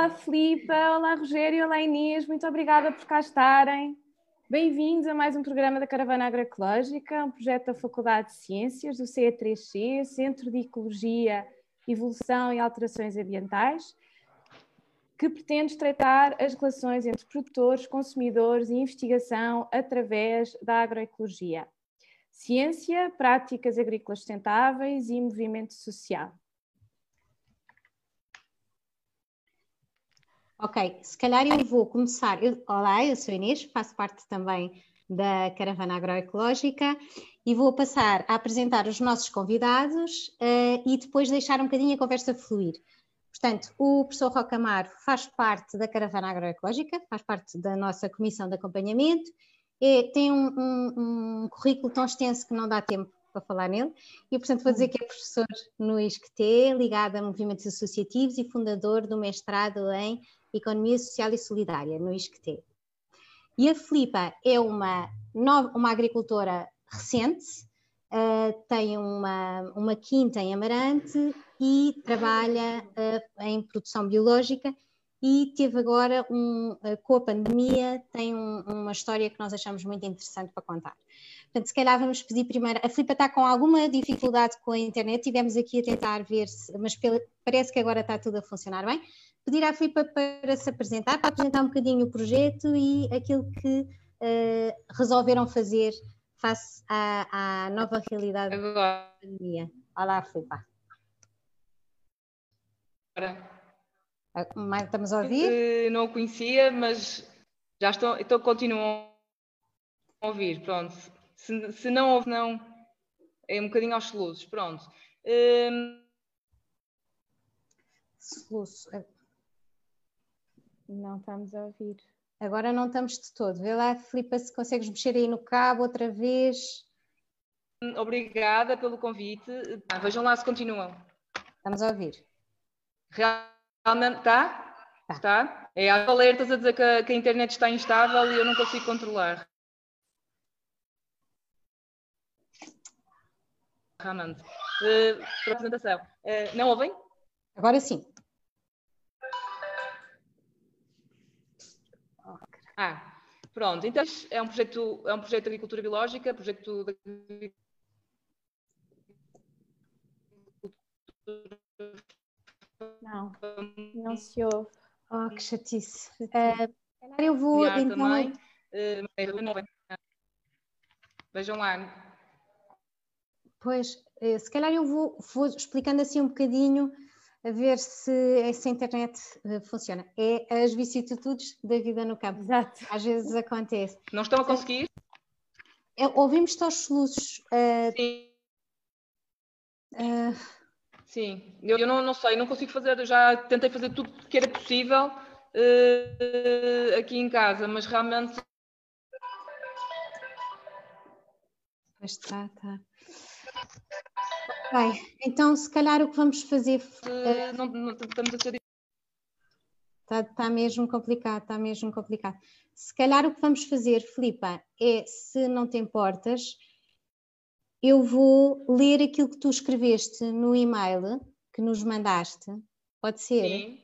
Olá, Filipa, olá, Rogério, olá, Inês, muito obrigada por cá estarem. Bem-vindos a mais um programa da Caravana Agroecológica, um projeto da Faculdade de Ciências, do CE3C, Centro de Ecologia, Evolução e Alterações Ambientais, que pretende estreitar as relações entre produtores, consumidores e investigação através da agroecologia. Ciência, práticas agrícolas sustentáveis e movimento social. Ok, se calhar eu vou começar. Olá, eu sou Inês, faço parte também da Caravana Agroecológica e vou passar a apresentar os nossos convidados e depois deixar um bocadinho a conversa fluir. Portanto, o professor Roque Amaro faz parte da Caravana Agroecológica, faz parte da nossa comissão de acompanhamento, tem um currículo tão extenso que não dá tempo para falar nele, e portanto vou dizer que é professor no ISCTE, ligado a movimentos associativos e fundador do mestrado em Economia Social e Solidária, no ISCTE. E a Filipa é uma agricultora recente, tem uma quinta em Amarante e trabalha em produção biológica e teve agora, com a pandemia, tem uma história que nós achamos muito interessante para contar. Portanto, se calhar vamos pedir primeiro, a Filipa está com alguma dificuldade com a internet, tivemos aqui a tentar ver, mas parece que agora está tudo a funcionar bem. Pedir à Filipa para se apresentar, para apresentar um bocadinho o projeto e aquilo que resolveram fazer face à nova realidade da pandemia. Olá, Filipa. Estamos a ouvir? Não o conhecia, mas já estou continuam a ouvir, pronto. Se não ouve, não, é um bocadinho aos soluços, pronto. Soluço. Não estamos a ouvir. Agora não estamos de todo. Vê lá, Filipa, se consegues mexer aí no cabo outra vez. Obrigada pelo convite. Vejam lá se continuam. Estamos a ouvir. Realmente está? Tá. Está? É alertas a dizer que a internet está instável e eu não consigo controlar. Realmente. Para a apresentação. Não ouvem? Agora sim. Pronto. Então, é um projeto de agricultura biológica, projeto de Não se ouve. Oh, que chatice. Eu vou então... também. Vejam lá. Pois, se calhar eu vou explicando assim um bocadinho, a ver se essa internet funciona. É as vicissitudes da vida no campo. Exato. Às vezes acontece. Não estão a conseguir? Ouvimos-te aos soluços. Sim. Sim, eu não sei, não consigo fazer, eu já tentei fazer tudo que era possível aqui em casa, mas realmente... Está. Bem, então se calhar o que vamos fazer... não estamos a ser... Está mesmo complicado, está mesmo complicado. Se calhar o que vamos fazer, Filipa, é, se não te importas, eu vou ler aquilo que tu escreveste no e-mail que nos mandaste, pode ser?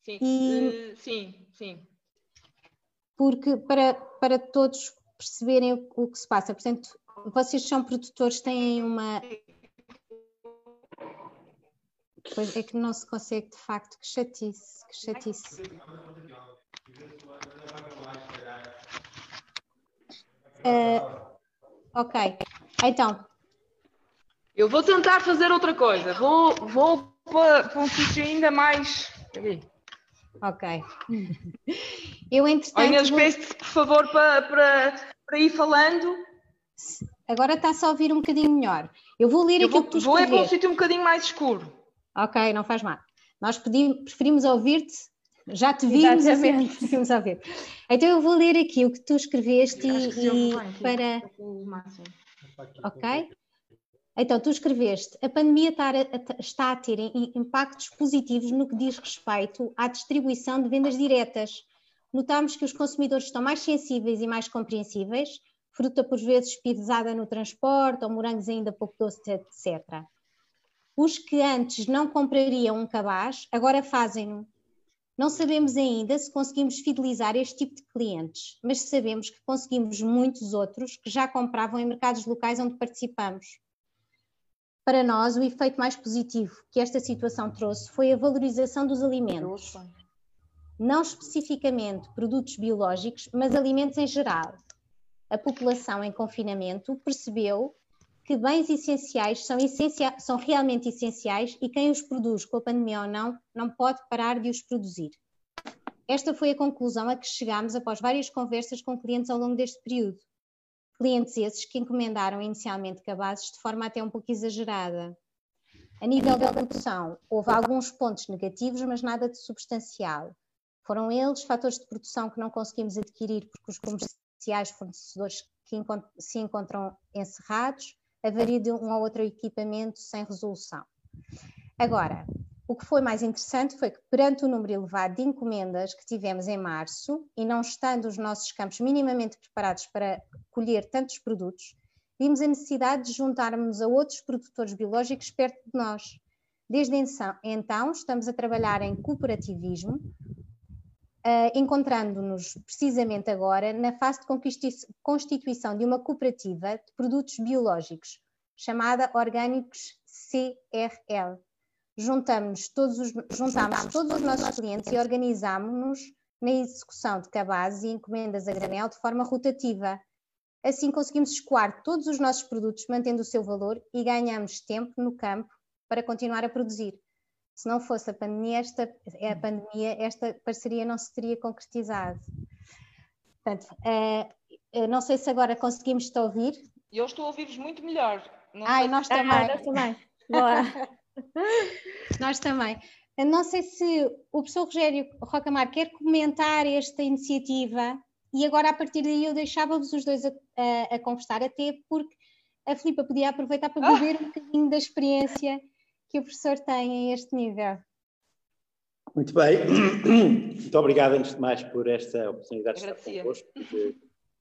Sim. Porque para todos perceberem o que se passa, portanto, vocês são produtores, têm uma... Pois é que não se consegue, de facto, que chatice. Ok, então... Eu vou tentar fazer outra coisa, vou para um sítio ainda mais... Ok. Eu, entretanto... Inês, peço-te, por favor, para ir falando. Agora está-se a ouvir um bocadinho melhor. Eu vou ler aquilo que tu escreveste. Vou para um sítio um bocadinho mais escuro. Ok, não faz mal. Nós preferimos ouvir-te, já te vimos, assim, preferimos ouvir. Então eu vou ler aqui o que tu escreveste para... Ok? Então, tu escreveste, a pandemia está a ter impactos positivos no que diz respeito à distribuição de vendas diretas. Notamos que os consumidores estão mais sensíveis e mais compreensíveis, fruta por vezes pisada no transporte ou morangos ainda pouco doces, etc. Os que antes não comprariam um cabaz, agora fazem-no. Não sabemos ainda se conseguimos fidelizar este tipo de clientes, mas sabemos que conseguimos muitos outros que já compravam em mercados locais onde participamos. Para nós, o efeito mais positivo que esta situação trouxe foi a valorização dos alimentos. Não especificamente produtos biológicos, mas alimentos em geral. A população em confinamento percebeu que bens essenciais são realmente essenciais e quem os produz, com a pandemia ou não, não pode parar de os produzir. Esta foi a conclusão a que chegámos após várias conversas com clientes ao longo deste período. Clientes esses que encomendaram inicialmente cabazes de forma até um pouco exagerada. A nível da produção, houve alguns pontos negativos, mas nada de substancial. Foram eles fatores de produção que não conseguimos adquirir porque os comerciais fornecedores que se encontram encerrados, avaria de um ou outro equipamento sem resolução. Agora, o que foi mais interessante foi que, perante o número elevado de encomendas que tivemos em março, e não estando os nossos campos minimamente preparados para colher tantos produtos, vimos a necessidade de juntarmos a outros produtores biológicos perto de nós. Desde então, estamos a trabalhar em cooperativismo, encontrando-nos precisamente agora na fase de constituição de uma cooperativa de produtos biológicos, chamada Orgânicos CRL. Juntámos todos os nossos clientes e organizámos-nos na execução de cabazes e encomendas a granel de forma rotativa. Assim conseguimos escoar todos os nossos produtos, mantendo o seu valor, e ganhamos tempo no campo para continuar a produzir. Se não fosse a pandemia, esta parceria não se teria concretizado. Portanto, não sei se agora conseguimos te ouvir. Eu estou a ouvir-vos muito melhor. Nós também. Nós também. Boa. Nós também. Não sei se o professor Rogério Rocamar quer comentar esta iniciativa, e agora a partir daí eu deixava-vos os dois a conversar, até porque a Filipa podia aproveitar para beber um bocadinho da experiência que o professor tem a este nível. Muito bem. Muito obrigado, antes de mais, por esta oportunidade de estar convosco, de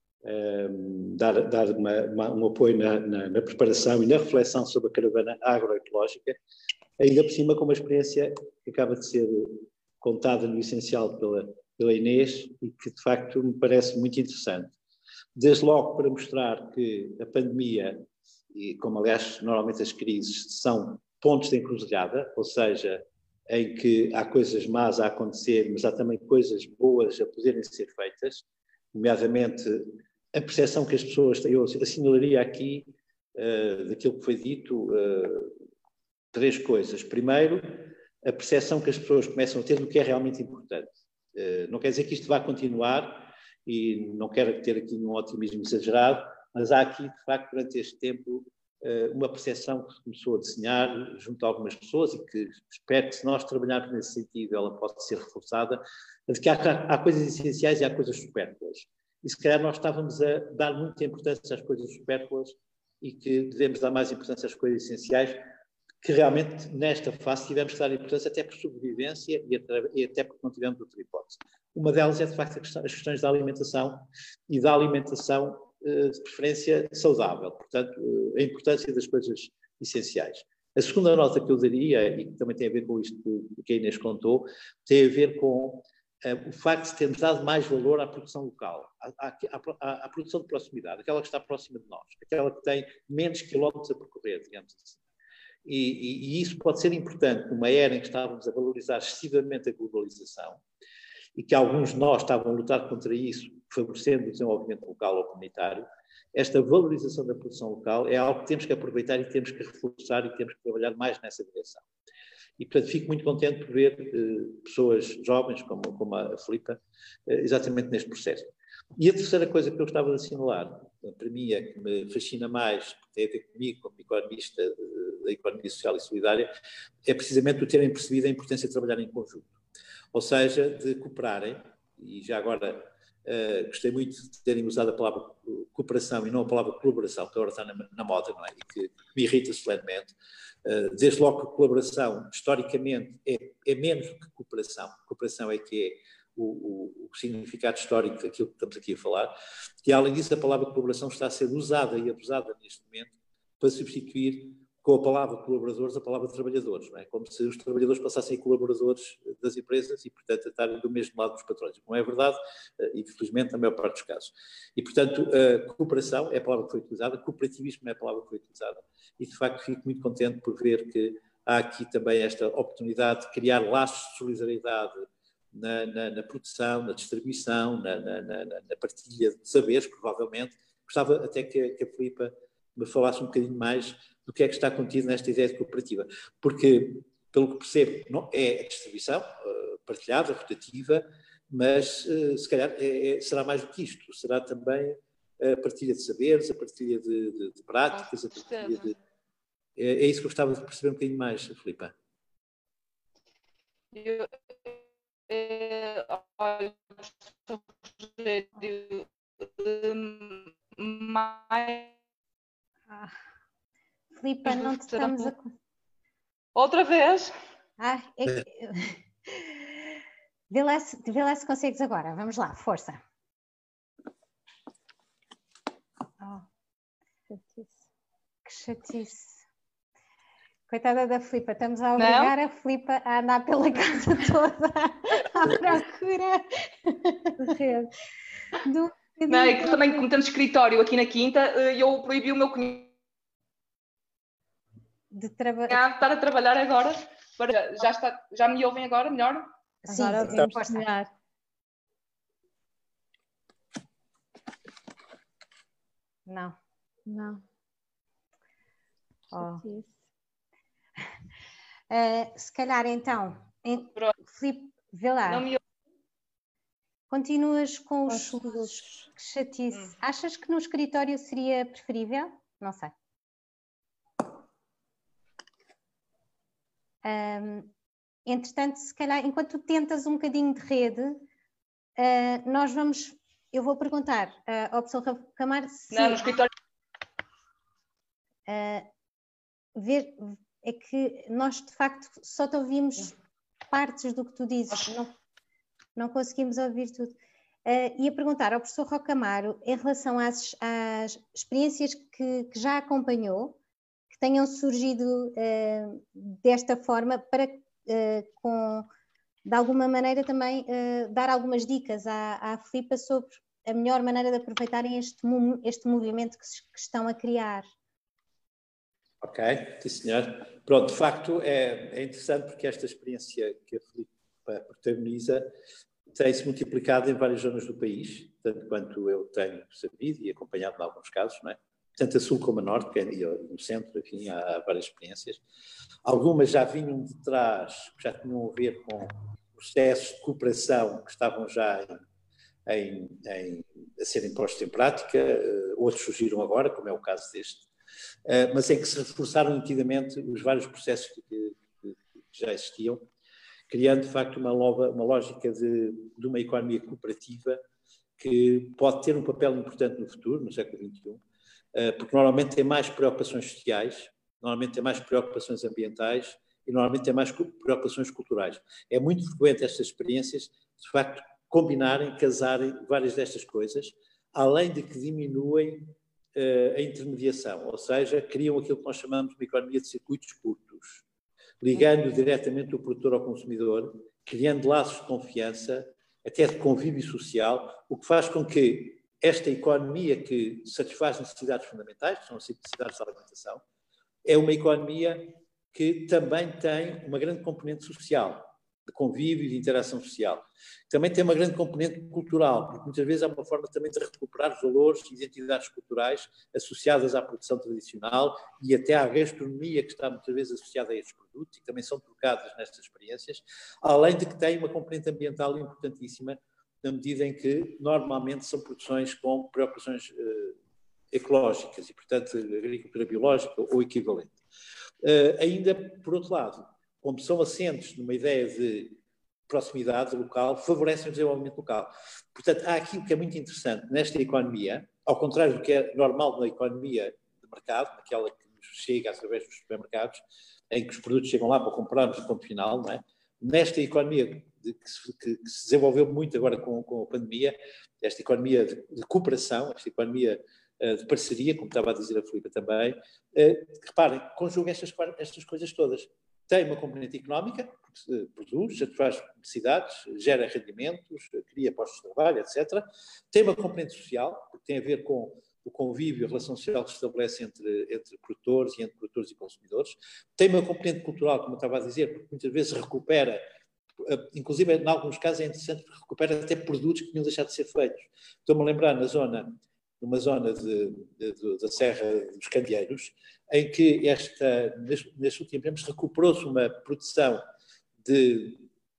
dar um apoio na preparação e na reflexão sobre a caravana agroecológica, ainda por cima com uma experiência que acaba de ser contada no essencial pela Inês e que, de facto, me parece muito interessante. Desde logo para mostrar que a pandemia, e como aliás normalmente as crises, são pontos de encruzilhada, ou seja, em que há coisas más a acontecer, mas há também coisas boas a poderem ser feitas, nomeadamente a percepção que as pessoas têm. Eu assinalaria aqui, daquilo que foi dito, três coisas. Primeiro, a percepção que as pessoas começam a ter do que é realmente importante. Não quer dizer que isto vá continuar, e não quero ter aqui um otimismo exagerado, mas há aqui, de facto, durante este tempo, uma percepção que se começou a desenhar junto a algumas pessoas e que espero que, se nós trabalharmos nesse sentido, ela pode ser reforçada, de que há coisas essenciais e há coisas supérfluas. E se calhar nós estávamos a dar muita importância às coisas supérfluas e que devemos dar mais importância às coisas essenciais, que realmente nesta fase tivemos que dar importância até por sobrevivência e até porque não tivemos outra hipótese. Uma delas é, de facto, as questões da alimentação e da alimentação de preferência saudável, portanto, a importância das coisas essenciais. A segunda nota que eu daria, e que também tem a ver com isto que a Inês contou, tem a ver com o facto de termos dado mais valor à produção local, à produção de proximidade, aquela que está próxima de nós, aquela que tem menos quilómetros a percorrer, digamos assim. E isso pode ser importante numa era em que estávamos a valorizar excessivamente a globalização, e que alguns de nós estavam a lutar contra isso, favorecendo o desenvolvimento local ou comunitário. Esta valorização da produção local é algo que temos que aproveitar e temos que reforçar e temos que trabalhar mais nessa direção. E, portanto, fico muito contente por ver pessoas jovens, como a Filipa, exatamente neste processo. E a terceira coisa que eu gostava de assinalar, para mim, é que me fascina mais, tem a ver comigo, como economista da economia social e solidária, é precisamente o terem percebido a importância de trabalhar em conjunto. Ou seja, de cooperarem, e já agora gostei muito de terem usado a palavra cooperação e não a palavra colaboração, que agora está na moda, não é? E que me irrita solenemente. Desde logo que colaboração, historicamente, é menos do que cooperação. Cooperação é que é o significado histórico daquilo que estamos aqui a falar. E, além disso, a palavra colaboração está a ser usada e abusada neste momento para substituir com a palavra colaboradores, a palavra trabalhadores, não é? Como se os trabalhadores passassem a colaboradores das empresas e, portanto, a estarem do mesmo lado dos patrões. Não é verdade, infelizmente, na maior parte dos casos. E, portanto, cooperação é a palavra que foi utilizada, cooperativismo é a palavra que foi utilizada, e, de facto, fico muito contente por ver que há aqui também esta oportunidade de criar laços de solidariedade na produção, na distribuição, na partilha de saberes, provavelmente. Gostava até que a Filipa me falasse um bocadinho mais do que é que está contido nesta ideia de cooperativa, porque, pelo que percebo, não é a distribuição partilhada, rotativa, mas se calhar será mais do que isto, será também a partilha de saberes, a partilha de práticas, a partilha de... É isso que eu gostava de perceber um bocadinho mais, Filipa. Olha, Filipa, não te estamos a... Outra vez? Vê lá se consegues agora. Vamos lá, força. Que chatice. Coitada da Filipa, estamos a obrigar a Filipa a andar pela casa toda à procura de rede. Não, é que também, como temos escritório aqui na Quinta, eu proibi o meu cunhado de estar a trabalhar agora. Já me ouvem agora melhor? Sim, agora vamos melhor. Não. Se calhar então, Filipe, vê lá. Continuas com os soluços. Que chatice. Achas que no escritório seria preferível? Não sei. Entretanto, se calhar, enquanto tentas um bocadinho de rede, eu vou perguntar ao professor Camargo se... Não, no escritório... É que nós, de facto, só te ouvimos partes do que tu dizes. Não conseguimos ouvir tudo. Ia perguntar ao professor Rocamaro, em relação às experiências que já acompanhou, que tenham surgido desta forma, para, de alguma maneira, também dar algumas dicas à Filipa sobre a melhor maneira de aproveitarem este movimento que estão a criar. Ok, sim senhor. Pronto, de facto é interessante porque esta experiência que a Filipa protagoniza tem-se multiplicado em várias zonas do país, tanto quanto eu tenho sabido e acompanhado em alguns casos, não é? Tanto a sul como a norte, e no centro, enfim, há várias experiências. Algumas já vinham de trás, já tinham a ver com processos de cooperação que estavam já a serem postos em prática, outros surgiram agora, como é o caso deste, mas em que se reforçaram nitidamente os vários processos que já existiam, criando de facto uma lógica de uma economia cooperativa que pode ter um papel importante no futuro, no século XXI, porque normalmente tem mais preocupações sociais, normalmente tem mais preocupações ambientais e normalmente tem mais preocupações culturais. É muito frequente estas experiências, de facto, combinarem, casarem várias destas coisas, além de que diminuem a intermediação, ou seja, criam aquilo que nós chamamos de uma economia de circuitos curtos, ligando diretamente o produtor ao consumidor, criando laços de confiança, até de convívio social, o que faz com que esta economia que satisfaz necessidades fundamentais, que são as necessidades de alimentação, é uma economia que também tem uma grande componente social, de convívio e de interação social. Também tem uma grande componente cultural, porque muitas vezes há uma forma também de recuperar os valores e identidades culturais associadas à produção tradicional e até à gastronomia que está muitas vezes associada a estes produtos e que também são trocadas nestas experiências, além de que tem uma componente ambiental importantíssima, na medida em que normalmente são produções com preocupações ecológicas e, portanto, agricultura biológica ou equivalente. Ainda, por outro lado, como são assentes numa ideia de proximidade local, favorecem o desenvolvimento local. Portanto, há aqui o que é muito interessante nesta economia, ao contrário do que é normal na economia de mercado, naquela que nos chega através dos supermercados, em que os produtos chegam lá para comprarmos no ponto final, não é? Nesta economia que se desenvolveu muito agora com a pandemia, esta economia de cooperação, esta economia de parceria, como estava a dizer a Filipa também. Reparem, conjuga estas coisas todas. Tem uma componente económica, porque produz, satisfaz necessidades, gera rendimentos, cria postos de trabalho, etc. Tem uma componente social, porque tem a ver com o convívio, a relação social que se estabelece entre produtores e entre produtores e consumidores. Tem uma componente cultural, como eu estava a dizer, porque muitas vezes recupera, inclusive em alguns casos é interessante, porque recupera até produtos que tinham deixado de ser feitos. Estou-me a lembrar numa zona da Serra dos Candeeiros, em que nestes últimos tempos recuperou-se uma produção de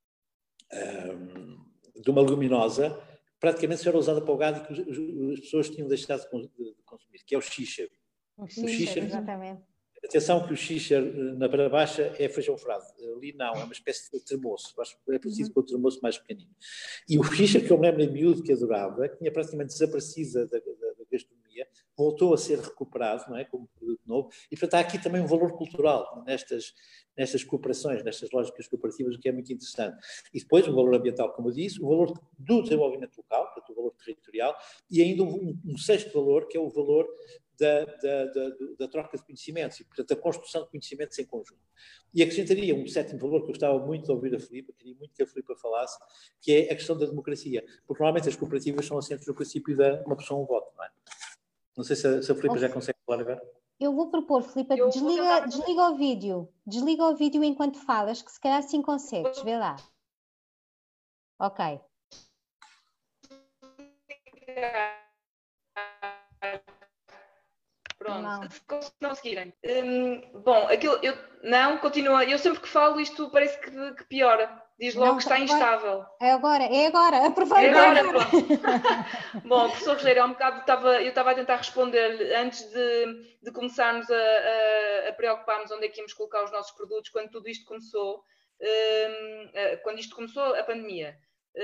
uma leguminosa praticamente só era usada para o gado e que as pessoas tinham deixado de consumir, que é o xixa. O xixa, exatamente. Atenção que o xixa na Beira Baixa é feijão frade. Ali não, é uma espécie de termoço. É preciso com o termoço mais pequenino. E o xixa, que eu me lembro em miúdo que adorava, que tinha praticamente desaparecido da gastronomia, voltou a ser recuperado, não é, como produto novo. E, portanto, há aqui também um valor cultural nestas cooperações, nestas lógicas cooperativas, o que é muito interessante. E depois o valor ambiental, como eu disse, o valor do desenvolvimento local, portanto, o valor territorial, e ainda um sexto valor, que é o valor da troca de conhecimentos e, portanto, a construção de conhecimentos em conjunto. E acrescentaria um sétimo valor que eu gostava muito de ouvir a Filipa, queria muito que a Filipa falasse, que é a questão da democracia, porque normalmente as cooperativas são assentes no princípio de uma pessoa, um voto, não é? Não sei se a Filipa já consegue falar agora. Eu vou propor, Filipa, desliga o vídeo. Desliga o vídeo enquanto falas, que se calhar assim consegues. Vê lá. Ok. Pronto, se não seguirem. Bom, aquilo, continua. Eu sempre que falo isto parece que piora. Diz logo que está instável. É agora. Aproveita. É agora, pronto. Bom, professor Rogério, há um bocado eu estava a tentar responder antes de começarmos a preocupar-nos onde é que íamos colocar os nossos produtos quando tudo isto começou, quando isto começou, a pandemia.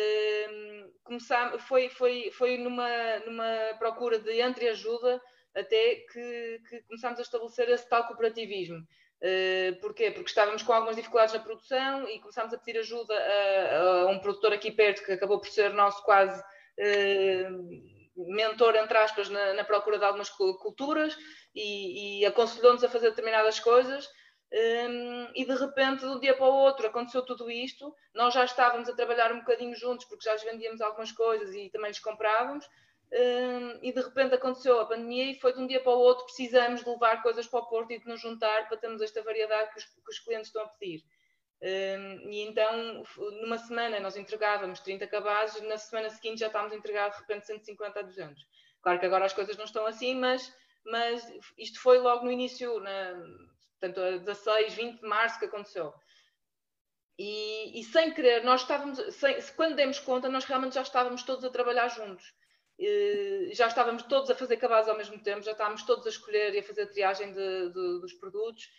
Foi numa procura de entreajuda até que começámos a estabelecer esse tal cooperativismo. Porquê? Porque estávamos com algumas dificuldades na produção e começámos a pedir ajuda a um produtor aqui perto que acabou por ser nosso quase mentor, entre aspas, na procura de algumas culturas e aconselhou-nos a fazer determinadas coisas. E de repente, de um dia para o outro, aconteceu tudo isto. Nós já estávamos a trabalhar um bocadinho juntos porque já lhes vendíamos algumas coisas e também lhes comprávamos. E de repente aconteceu a pandemia e foi de um dia para o outro precisamos de levar coisas para o Porto e de nos juntar para termos esta variedade que os clientes estão a pedir. E então, numa semana nós entregávamos 30 cabazes, na semana seguinte já estávamos a entregar de repente 150 a 200. Claro que agora as coisas não estão assim, mas isto foi logo no início, portanto, a 16, 20 de março que aconteceu. E sem querer, quando demos conta, nós realmente já estávamos todos a trabalhar juntos. Já estávamos todos a fazer cabazes ao mesmo tempo, já estávamos todos a escolher e a fazer a triagem dos produtos.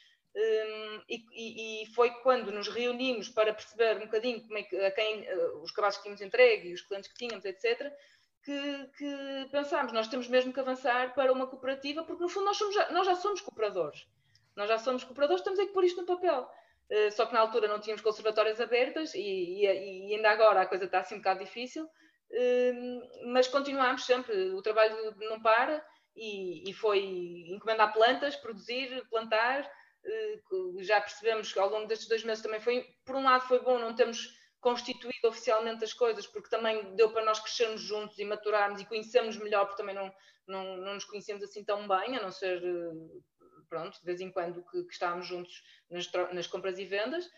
E foi quando nos reunimos para perceber um bocadinho como é que, os cabazes que tínhamos entregue e os clientes que tínhamos, etc., que pensámos, nós temos mesmo que avançar para uma cooperativa, porque no fundo nós já somos cooperadores. Nós já somos cooperadores, temos é que pôr isto no papel. Só que na altura não tínhamos conservatórias abertas e ainda agora a coisa está assim um bocado difícil. Mas continuámos sempre, o trabalho não para e foi encomendar plantas, produzir, plantar. Já percebemos que ao longo destes 2 meses também foi, por um lado foi bom não termos constituído oficialmente as coisas, porque também deu para nós crescermos juntos e maturarmos e conhecermos melhor, porque também não nos conhecemos assim tão bem, a não ser, pronto, de vez em quando que estávamos juntos nas compras e vendas.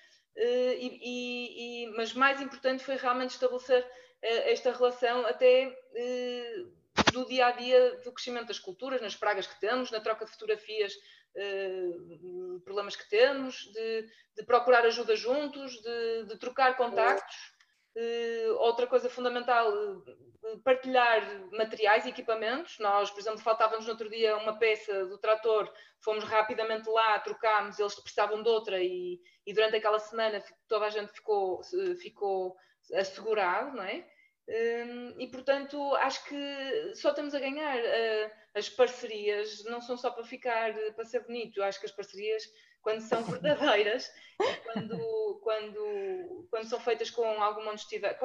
Mas mais importante foi realmente estabelecer esta relação até do dia a dia do crescimento das culturas, nas pragas que temos, na troca de fotografias, problemas que temos, de procurar ajuda juntos, de trocar contactos. Outra coisa fundamental, partilhar materiais e equipamentos. Nós, por exemplo, faltava-nos no outro dia uma peça do trator, fomos rapidamente lá, trocámos, eles precisavam de outra e durante aquela semana toda a gente ficou assegurado, não é? E portanto acho que só estamos a ganhar. As parcerias não são só para ser bonito. Eu acho que as parcerias, quando são verdadeiras e quando são feitas com alguma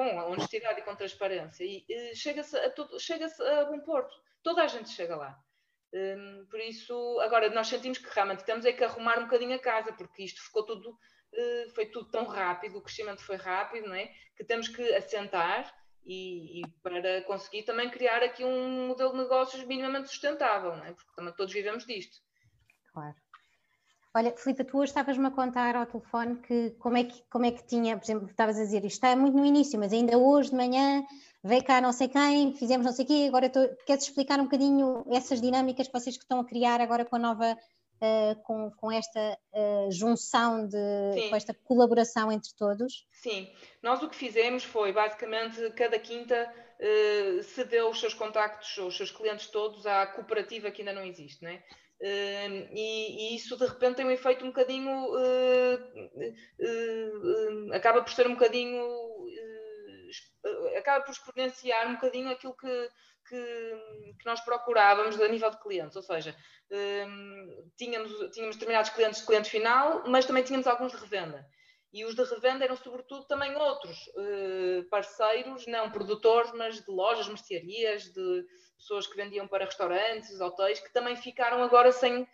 honestidade e com transparência, chega-se a bom porto. Toda a gente chega lá. Por isso, agora nós sentimos que realmente temos que arrumar um bocadinho a casa, porque isto ficou tudo, foi tudo tão rápido, o crescimento foi rápido, não é? Que temos que assentar e para conseguir também criar aqui um modelo de negócios minimamente sustentável, não é? Porque também todos vivemos disto. Claro. Olha, Filipe, tu hoje estavas-me a contar ao telefone que como é que tinha, por exemplo, estavas a dizer, isto está muito no início, mas ainda hoje de manhã veio cá não sei quem, fizemos não sei o quê, agora queres explicar um bocadinho essas dinâmicas que vocês que estão a criar agora com a nova, com esta junção, com esta colaboração entre todos? Sim, nós o que fizemos foi, basicamente, cada quinta cedeu os seus contactos, os seus clientes todos à cooperativa que ainda não existe, não é? E isso de repente tem um efeito um bocadinho acaba por ser um bocadinho acaba por exponenciar um bocadinho aquilo que nós procurávamos a nível de clientes, ou seja, tínhamos determinados clientes de cliente final, mas também tínhamos alguns de revenda. E os de revenda eram sobretudo também outros parceiros, não produtores, mas de lojas, mercearias, de pessoas que vendiam para restaurantes, hotéis, que também ficaram agora sem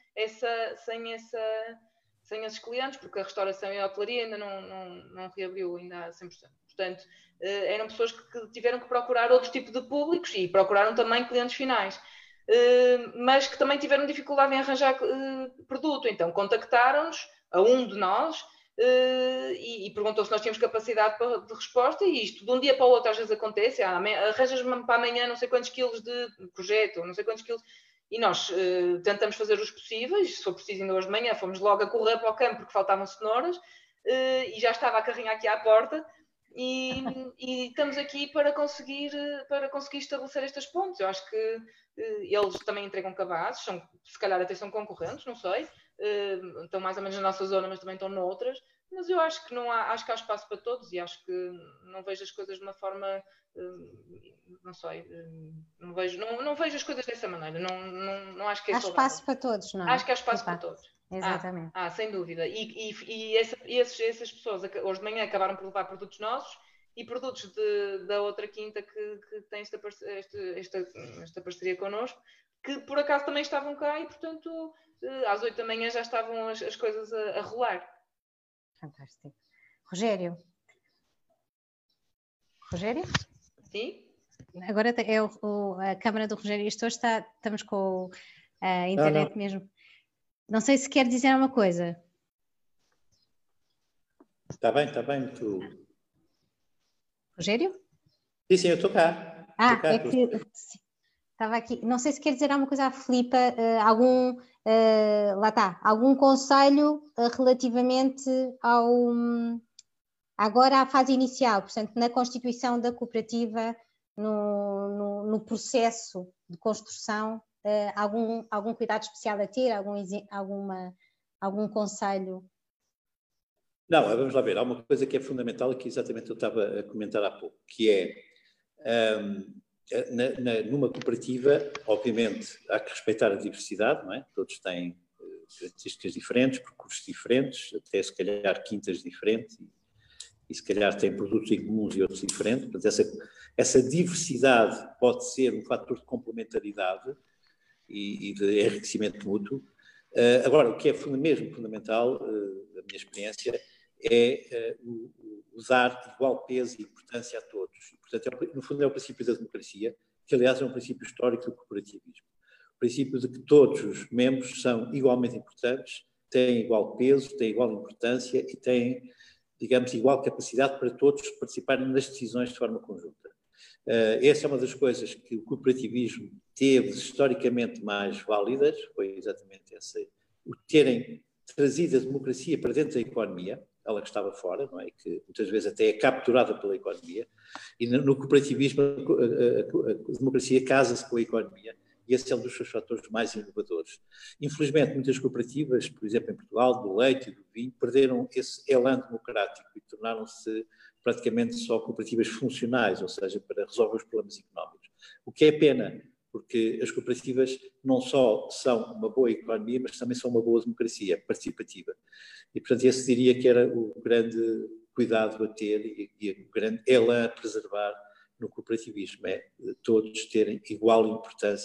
esses clientes, porque a restauração e a hotelaria ainda não reabriu ainda a 100%. Portanto, eram pessoas que tiveram que procurar outro tipo de públicos e procuraram também clientes finais. Mas que também tiveram dificuldade em arranjar produto. Então, contactaram-nos, a um de nós, e perguntou se nós tínhamos capacidade de resposta, e isto de um dia para o outro às vezes acontece, arranjas-me para amanhã não sei quantos quilos de projeto, não sei quantos quilos, e nós tentamos fazer os possíveis, se for preciso ainda hoje de manhã fomos logo a correr para o campo porque faltavam cenouras, e já estava a carrinha aqui à porta, e estamos aqui para conseguir estabelecer estas pontes. Eu acho que eles também entregam cabazes, se calhar até são concorrentes, não sei, estão mais ou menos na nossa zona, mas também estão noutras, mas eu acho que acho que há espaço para todos, e acho que não vejo as coisas de uma forma, não sei, não vejo as coisas dessa maneira, não acho que é saudável. Há espaço para todos, não é? Acho que há espaço para todos. Exatamente. Sem dúvida. E essas pessoas hoje de manhã acabaram por levar produtos nossos e produtos da outra quinta que tem esta parceria connosco, que por acaso também estavam cá e, portanto, às 8 da manhã já estavam as coisas a rolar. Fantástico. Rogério? Rogério? Sim? Agora é a câmara do Rogério. Isto hoje estamos com a internet mesmo. Não sei se quer dizer uma coisa. Está bem. Tu... Rogério? Sim, eu estou cá. É que estava aqui. Não sei se quer dizer alguma coisa à Filipa, algum conselho relativamente agora à fase inicial, portanto, na constituição da cooperativa, no processo de construção. Algum cuidado especial a ter, algum conselho? Não, vamos lá ver, há uma coisa que é fundamental e que exatamente eu estava a comentar há pouco, que é, numa cooperativa, obviamente, há que respeitar a diversidade, não é? Todos têm características diferentes, percursos diferentes, até se calhar quintas diferentes, e se calhar têm produtos em comuns e outros diferentes, portanto essa diversidade pode ser um fator de complementaridade e de enriquecimento mútuo. Agora, o que é mesmo fundamental, da minha experiência, é usar igual peso e importância a todos. E, portanto, no fundo é o princípio da democracia, que aliás é um princípio histórico do cooperativismo. O princípio de que todos os membros são igualmente importantes, têm igual peso, têm igual importância e têm, digamos, igual capacidade para todos participarem nas decisões de forma conjunta. Essa é uma das coisas que o cooperativismo teve historicamente mais válidas, foi exatamente essa, o terem trazido a democracia para dentro da economia, ela que estava fora, não é? Que muitas vezes até é capturada pela economia, e no cooperativismo a democracia casa-se com a economia, e esse é um dos seus fatores mais inovadores. Infelizmente, muitas cooperativas, por exemplo em Portugal, do leite e do vinho, perderam esse elan democrático e tornaram-se praticamente só cooperativas funcionais, ou seja, para resolver os problemas económicos. O que é pena, porque as cooperativas não só são uma boa economia, mas também são uma boa democracia participativa. E, portanto, esse diria que era o grande cuidado a ter e o grande elan a preservar no cooperativismo, é todos terem igual importância e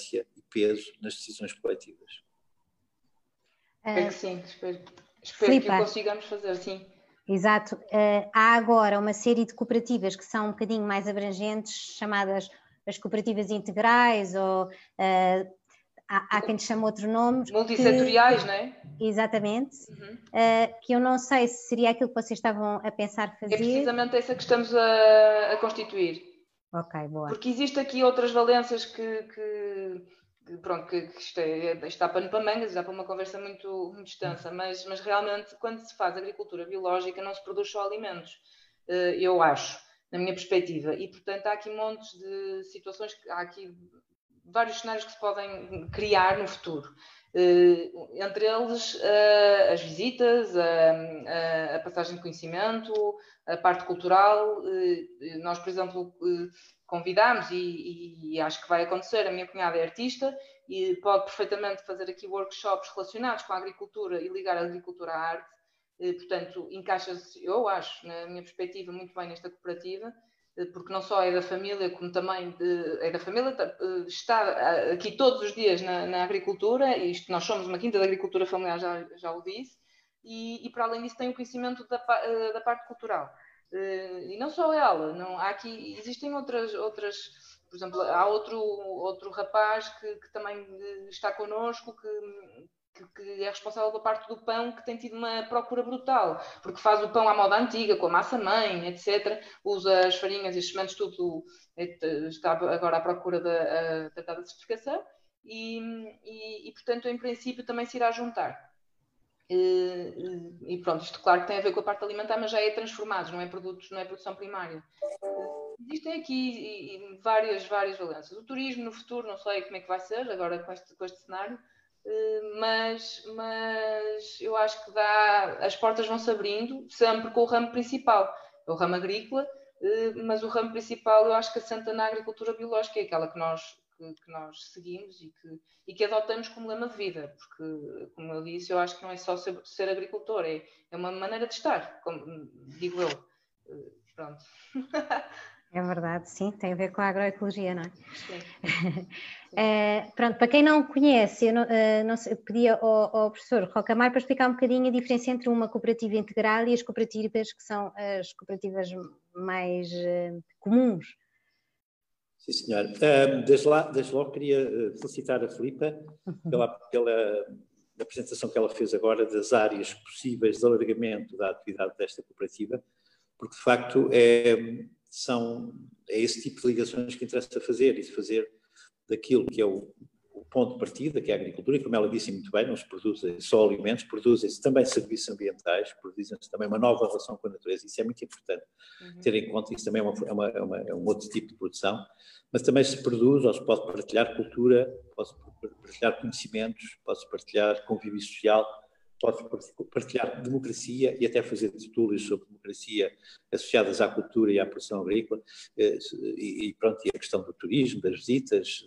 peso nas decisões coletivas. Espero que sim, espero que o consigamos fazer, sim. Exato. Há agora uma série de cooperativas que são um bocadinho mais abrangentes, chamadas as cooperativas integrais, ou há quem lhe chame outro nome. Multissetoriais, não é? Exatamente. Que eu não sei se seria aquilo que vocês estavam a pensar fazer. É precisamente essa que estamos a constituir. Ok, boa. Porque existe aqui outras valências pronto, que está pano para mangas, já para uma conversa muito extensa, mas realmente quando se faz agricultura biológica não se produz só alimentos, eu acho, na minha perspectiva, e portanto há aqui montes de situações, há aqui vários cenários que se podem criar no futuro. Entre eles as visitas, a passagem de conhecimento, a parte cultural. Nós, por exemplo, convidámos, e acho que vai acontecer, a minha cunhada é artista e pode perfeitamente fazer aqui workshops relacionados com a agricultura e ligar a agricultura à arte. Portanto, encaixa-se, eu acho, na minha perspectiva, muito bem nesta cooperativa, porque não só é da família, como também é da família, está aqui todos os dias na agricultura, e nós somos uma quinta de agricultura familiar, já o disse, e para além disso tem o conhecimento da parte cultural. E não só ela, existem outras, por exemplo, há outro rapaz que também está connosco, que é responsável pela parte do pão, que tem tido uma procura brutal, porque faz o pão à moda antiga, com a massa-mãe, etc. Usa as farinhas e as sementes, tudo está agora à procura da tratada de certificação e, portanto, em princípio, também se irá juntar. E pronto, isto claro que tem a ver com a parte alimentar, mas já é transformado, não é produtos, não é produção primária. Existem aqui várias valências. O turismo no futuro, não sei como é que vai ser, agora com este cenário, mas eu acho que as portas vão se abrindo sempre com o ramo principal, o ramo agrícola, mas o ramo principal eu acho que assenta na agricultura biológica, é aquela que nós seguimos e que adotamos como lema de vida, porque, como eu disse, eu acho que não é só ser agricultor, é uma maneira de estar, como digo eu. Pronto. É verdade, sim, tem a ver com a agroecologia, não é? Sim. Pronto, para quem não conhece, eu pedi ao professor Rocamar para explicar um bocadinho a diferença entre uma cooperativa integral e as cooperativas que são as cooperativas mais comuns. Sim, senhor. Desde logo queria felicitar a Filipa pela apresentação que ela fez agora das áreas possíveis de alargamento da atividade desta cooperativa, porque de facto é esse tipo de ligações que interessa fazer, e de fazer daquilo que é o ponto de partida, que é a agricultura, e como ela disse muito bem, não se produzem só alimentos, produzem-se também serviços ambientais, produzem-se também uma nova relação com a natureza, isso é muito importante ter em conta, isso também é um outro tipo de produção, mas também se produz, ou se pode partilhar cultura, pode-se partilhar conhecimentos, pode-se partilhar convívio social, pode-se partilhar democracia e até fazer tertúlios sobre democracia associadas à cultura e à produção agrícola, e pronto, e a questão do turismo, das visitas,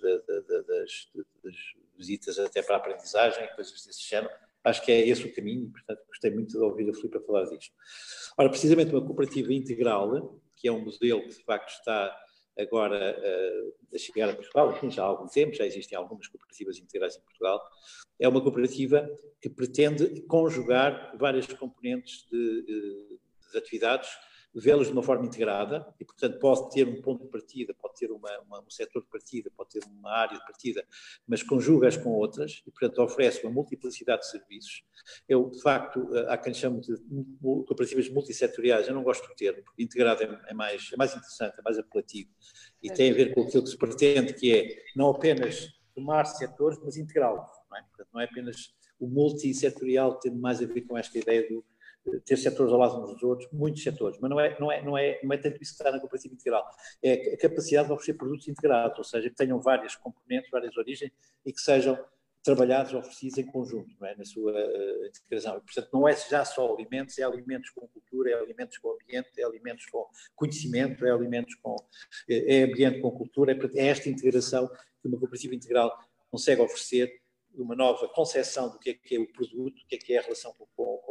das visitas até para a aprendizagem, coisas desse género. Acho que é esse o caminho, portanto gostei muito de ouvir a Filipa falar disto. Ora, precisamente uma cooperativa integral, que é um modelo que de facto está agora a chegar a Portugal, enfim, já há algum tempo, já existem algumas cooperativas integrais em Portugal, é uma cooperativa que pretende conjugar várias componentes de atividades, vê-las de uma forma integrada e, portanto, pode ter um ponto de partida, pode ter um setor de partida, pode ter uma área de partida, mas conjuga-as com outras e, portanto, oferece uma multiplicidade de serviços. Eu, de facto, há quem chame de cooperativas multissetoriais, eu não gosto do termo, porque integrado é mais interessante, é mais apelativo e tem a ver com aquilo que se pretende, que é não apenas tomar setores, mas integrá-los, não é? Portanto, não é apenas o multissetorial, tem mais a ver com esta ideia de ter setores ao lado uns dos outros, muitos setores, mas não é tanto isso que está na cooperativa integral, é a capacidade de oferecer produtos integrados, ou seja, que tenham várias componentes, várias origens e que sejam trabalhados, oferecidos em conjunto, não é? Na sua integração. E, portanto, não é já só alimentos, é alimentos com cultura, é alimentos com ambiente, é alimentos com conhecimento, é alimentos com é ambiente com cultura, é esta integração que uma cooperativa integral consegue oferecer, uma nova concepção do que é o produto, o que é a relação com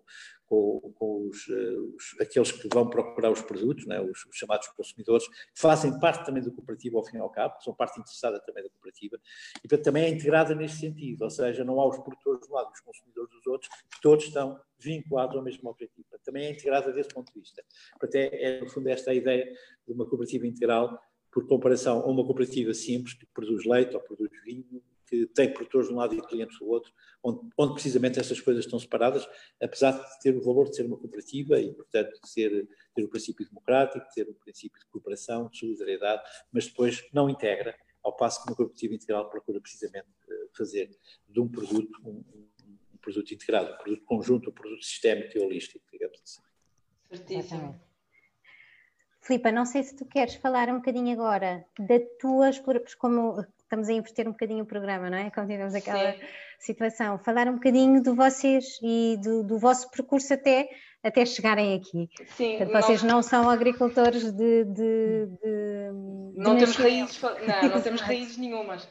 aqueles que vão procurar os produtos, né, os chamados consumidores, que fazem parte também da cooperativa ao fim e ao cabo, que são parte interessada também da cooperativa, e portanto, também é integrada neste sentido, ou seja, não há os produtores de um lado e os consumidores dos outros, que todos estão vinculados ao mesmo objetivo. Portanto, também é integrada desse ponto de vista. Portanto, no fundo, esta a ideia de uma cooperativa integral, por comparação a uma cooperativa simples, que produz leite ou produz vinho, que tem produtores de um lado e clientes do outro, onde precisamente estas coisas estão separadas, apesar de ter o valor de ser uma cooperativa e, portanto, ter o princípio democrático, ter o princípio de cooperação, de solidariedade, mas depois não integra, ao passo que uma cooperativa integral procura precisamente fazer de um produto um produto integrado, um produto conjunto, um produto sistémico e holístico, digamos assim. Certíssimo. Filipa, não sei se tu queres falar um bocadinho agora da tua exploração, como estamos a inverter um bocadinho o programa, não é? Como tivemos aquela situação, falar um bocadinho de vocês e do vosso percurso até chegarem aqui. Sim, portanto, vocês não são agricultores não temos raízes, não temos raízes nenhumas.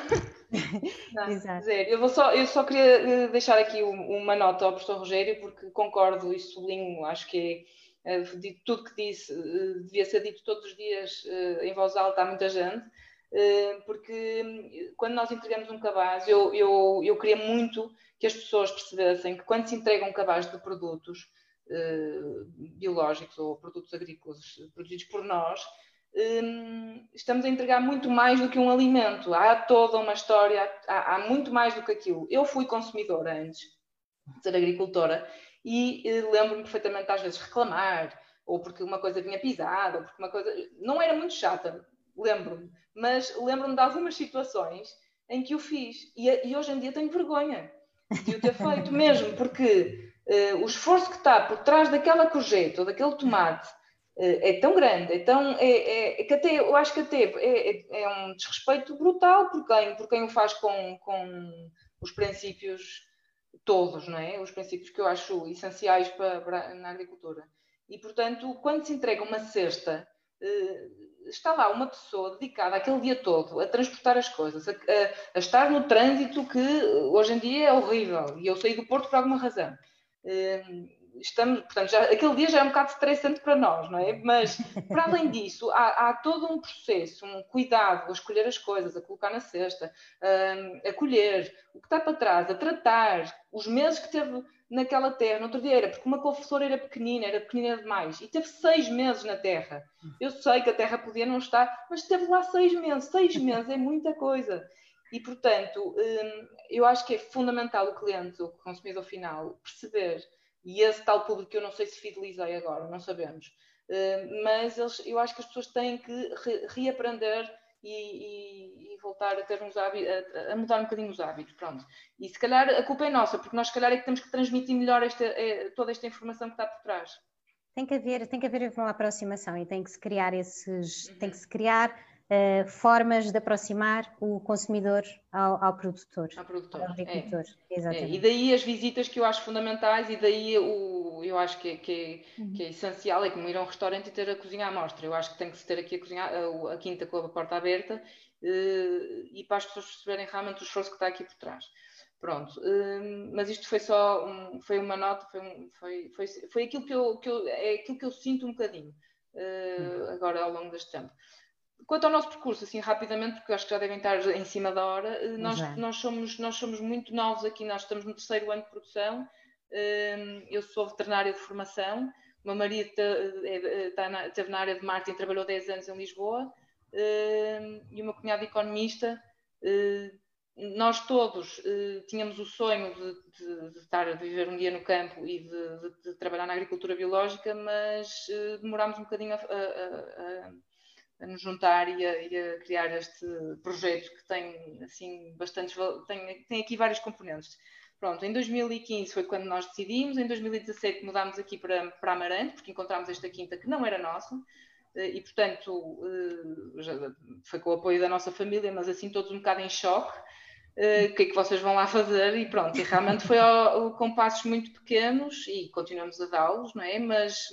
Não, Exato. Eu só queria deixar aqui uma nota ao professor Rogério, porque concordo e sublinho, acho que tudo que disse devia ser dito todos os dias em voz alta a muita gente, porque quando nós entregamos um cabaz, eu queria muito que as pessoas percebessem que quando se entrega um cabaz de produtos biológicos ou produtos agrícolas produzidos por nós, estamos a entregar muito mais do que um alimento. Há toda uma história, há muito mais do que aquilo. Eu fui consumidora antes de ser agricultora e lembro-me perfeitamente às vezes reclamar, ou porque uma coisa vinha pisada, ou porque uma coisa... Não era muito chata, lembro-me, mas lembro-me de algumas situações em que o fiz. E hoje em dia tenho vergonha de o ter feito mesmo, porque o esforço que está por trás daquela courgette ou daquele tomate é tão grande, que até, eu acho que até é um desrespeito brutal por quem o faz com os princípios todos, não é? Os princípios que eu acho essenciais na agricultura. E, portanto, quando se entrega uma cesta, está lá uma pessoa dedicada aquele dia todo a transportar as coisas, a estar no trânsito que hoje em dia é horrível, e eu saí do Porto por alguma razão. Portanto, aquele dia já é um bocado estressante para nós, não é? Mas, para além disso, há todo um processo, um cuidado a escolher as coisas, a colocar na cesta, a colher, o que está para trás, a tratar, os meses que teve naquela terra. No outro dia era porque uma couve-flor era pequenina demais, e teve 6 meses na terra. Eu sei que a terra podia não estar, mas teve lá 6 meses. 6 meses é muita coisa. E, portanto, eu acho que é fundamental o cliente, o consumidor final, perceber. E esse tal público que eu não sei se fidelizei agora, não sabemos. Mas eu acho que as pessoas têm que reaprender e voltar a ter uns hábitos, a mudar um bocadinho os hábitos, pronto. E se calhar a culpa é nossa, porque nós se calhar é que temos que transmitir melhor toda esta informação que está por trás. Tem que haver uma aproximação e tem que se criar tem que se criar formas de aproximar o consumidor ao produtor, ao agricultor. Exatamente. E daí as visitas que eu acho fundamentais, e daí eu acho que é essencial, é como ir a um restaurante e ter a cozinha à mostra. Eu acho que tem que se ter aqui a quinta com a porta aberta, e para as pessoas perceberem realmente o esforço que está aqui por trás. Pronto, mas isto foi só foi uma nota, foi aquilo que eu sinto um bocadinho agora ao longo deste tempo. Quanto ao nosso percurso, assim rapidamente, porque acho que já devem estar em cima da hora, nós somos muito novos aqui, nós estamos no 3º ano de produção. Eu sou veterinária de formação, o meu marido esteve na área de marketing, trabalhou 10 anos em Lisboa, e o meu cunhado economista. Nós todos tínhamos o sonho de estar a viver um dia no campo e de trabalhar na agricultura biológica, mas demorámos um bocadinho a nos juntar e a criar este projeto que tem assim bastantes, tem aqui vários componentes. Pronto, em 2015 foi quando nós decidimos, em 2017 mudámos aqui para Amarante, porque encontramos esta quinta que não era nossa, e portanto foi com o apoio da nossa família, mas assim todos um bocado em choque. O que é que vocês vão lá fazer? E pronto, e realmente foi com passos muito pequenos, e continuamos a dá-los, não é? Mas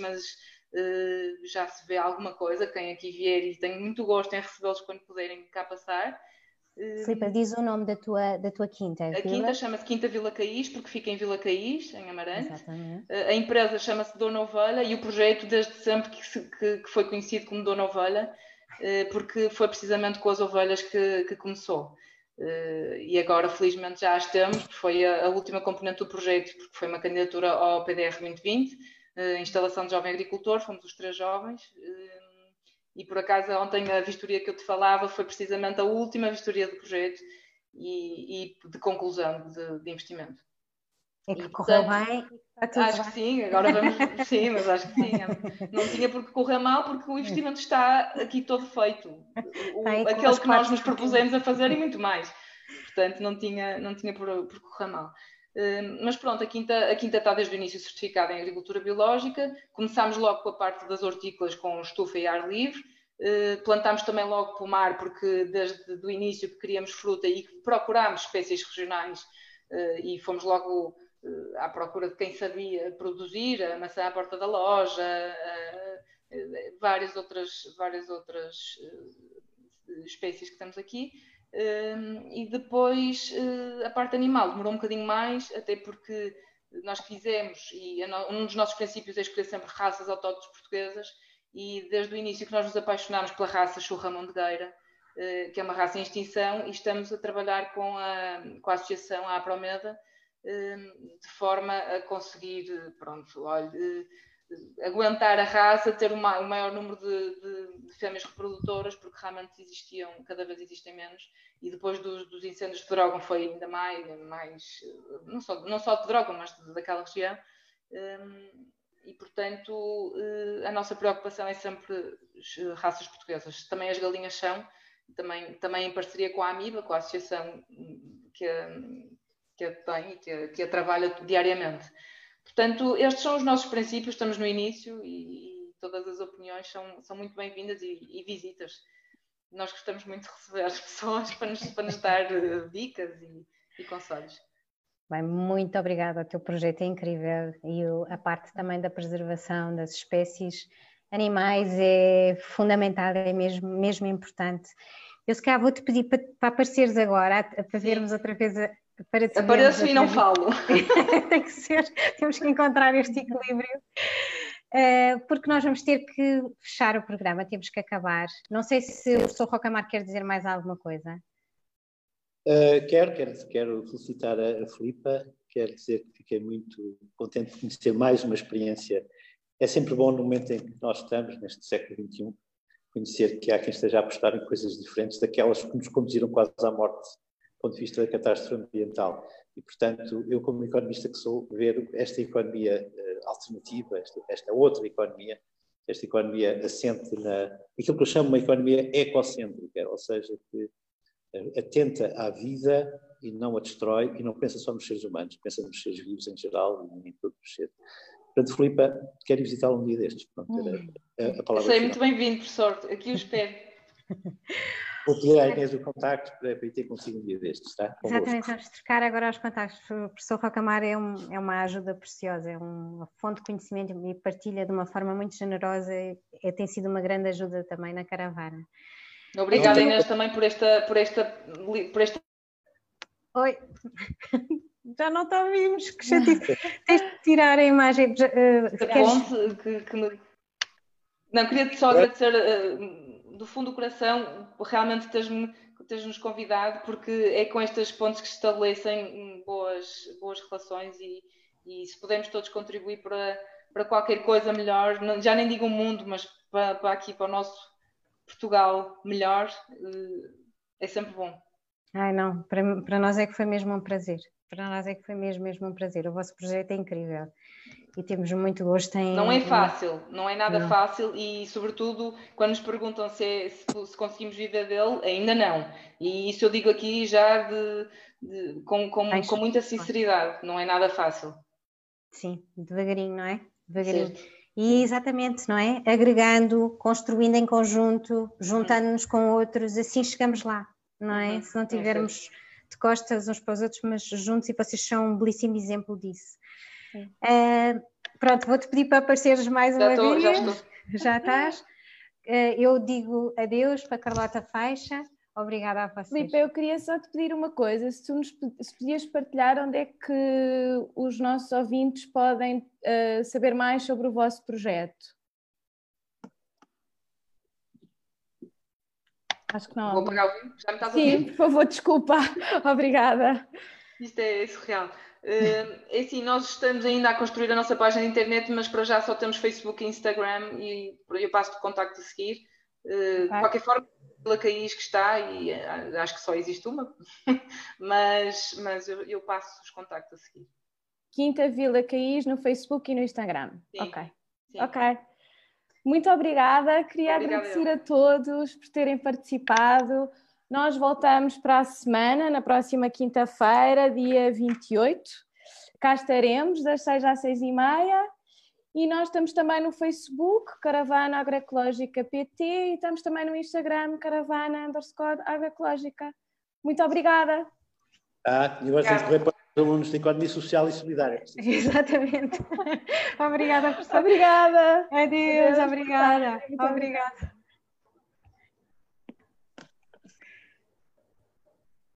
já se vê alguma coisa. Quem aqui vier, e tenho muito gosto em recebê-los quando puderem cá passar, Filipa, diz o nome da tua quinta. A quinta chama-se Quinta Vila Caís, porque fica em Vila Caís, em Amarante. Exatamente. A empresa chama-se Dona Ovelha e o projeto desde sempre que foi conhecido como Dona Ovelha, porque foi precisamente com as ovelhas que começou. E agora felizmente já as temos, porque foi a última componente do projeto, porque foi uma candidatura ao PDR 2020, instalação de jovem agricultor, fomos os 3 jovens, e por acaso ontem a vistoria que eu te falava foi precisamente a última vistoria do projeto e de conclusão de investimento. É que correu bem. Acho que sim, agora vamos. Sim, mas acho que sim. Não tinha por que correr mal, porque o investimento está aqui todo feito. Aquele que nós nos propusemos a fazer e muito mais. Portanto, não tinha por correr mal. Mas pronto, a quinta está desde o início certificada em agricultura biológica. Começámos logo com a parte das hortícolas com estufa e ar livre. Plantámos também logo pomar, porque desde o início que queríamos fruta e que procurámos espécies regionais e fomos logo à procura de quem sabia produzir, a maçã à porta da loja, várias outras espécies que temos aqui. E depois a parte animal demorou um bocadinho mais, até porque nós fizemos, e um dos nossos princípios é escolher sempre raças autóctones portuguesas, e desde o início que nós nos apaixonámos pela raça churra-mondegueira, que é uma raça em extinção, e estamos a trabalhar com a associação, a Apromeda, de forma a conseguir, aguentar a raça, ter o maior número de fêmeas reprodutoras, porque realmente cada vez existem menos, e depois dos incêndios de Pedrógão foi ainda mais não só de Pedrógão, mas daquela região, e portanto a nossa preocupação é sempre raças portuguesas. Também as galinhas são, também em parceria com a AMIBA, com a associação que a tem e que a trabalha diariamente. Portanto, estes são os nossos princípios, estamos no início e todas as opiniões são muito bem-vindas e visitas. Nós gostamos muito de receber as pessoas para nos dar dicas e conselhos. Bem, muito obrigada, o teu projeto é incrível e a parte também da preservação das espécies animais é fundamental, é mesmo importante. Eu se calhar vou-te pedir para apareceres agora, para vermos outra vez... Apareço e não falo. Tem que ser, temos que encontrar este equilíbrio, porque nós vamos ter que fechar o programa, temos que acabar. Não sei se o professor Rocamar quer dizer mais alguma coisa. Quero felicitar a Filipa, quero dizer que fiquei muito contente de conhecer mais uma experiência. É sempre bom no momento em que nós estamos, neste século XXI, conhecer que há quem esteja a apostar em coisas diferentes daquelas que nos conduziram quase à morte, do ponto de vista da catástrofe ambiental. E, portanto, eu como economista que sou, ver esta economia alternativa, esta outra economia, esta economia assente naquilo que eu chamo uma economia ecocêntrica, ou seja, que atenta à vida e não a destrói, e não pensa só nos seres humanos, pensa nos seres vivos em geral e em todos os seres. Portanto, Filipa, quero visitá-la um dia destes. Pronto, a palavra sei, muito bem-vindo, professor. Aqui o espero. Vou pedir à Inês o contacto para ir ter consigo um dia destes, tá? Exatamente, vamos trocar agora os contactos. O professor Rocamar é uma ajuda preciosa, é uma fonte de conhecimento e partilha de uma forma muito generosa, tem sido uma grande ajuda também na caravana. Obrigada, Inês, também por esta... Oi, já não te ouvimos, que chatice. Tens de tirar a imagem. Não, queria só agradecer do fundo do coração, realmente teres-nos convidado, porque é com estas pontes que se estabelecem boas relações e se pudermos todos contribuir para qualquer coisa melhor, já nem digo o mundo, mas para aqui, para o nosso Portugal melhor, é sempre bom. Ai não, para nós é que foi mesmo um prazer. Para nós é que foi mesmo um prazer. O vosso projeto é incrível e temos muito gosto em... Não é fácil, não é nada fácil e, sobretudo, quando nos perguntam se conseguimos viver dele, ainda não. E isso eu digo aqui já com muita sinceridade, não é nada fácil. Sim, devagarinho, não é? Devagarinho. Certo. E exatamente, não é? Agregando, construindo em conjunto, juntando-nos com outros, assim chegamos lá, não é? Se não tivermos de costas uns para os outros, mas juntos, e vocês são um belíssimo exemplo disso. Pronto, vou-te pedir para apareceres mais uma vez. Já estás. Eu digo adeus para Carlota Faixa. Obrigada a vocês. Filipe, eu queria só te pedir uma coisa, se podias partilhar onde é que os nossos ouvintes podem saber mais sobre o vosso projeto. Acho que não. Vou apagar o vídeo, já me estás a Sim, ouvir? por favor, desculpa. Obrigada. Isto é surreal. É assim, nós estamos ainda a construir a nossa página de internet, mas para já só temos Facebook e Instagram e eu passo-te o contacto a seguir. De qualquer forma, Vila Caís que está, e acho que só existe uma, mas eu passo os contactos a seguir. Quinta Vila Caís no Facebook e no Instagram. Sim, ok. sim. Ok. Muito obrigada. Queria agradecer a todos por terem participado. Nós voltamos para a semana, na próxima quinta-feira, dia 28. Cá estaremos, das 6 às 6h30. E nós estamos também no Facebook, Caravana Agroecológica PT, e estamos também no Instagram, Caravana_Agroecológica. Muito obrigada. E agora temos que correr para os alunos de Economia Social e Solidária. Exatamente. Obrigada, professora. Obrigada. Adeus, obrigada. Muito Obrigada.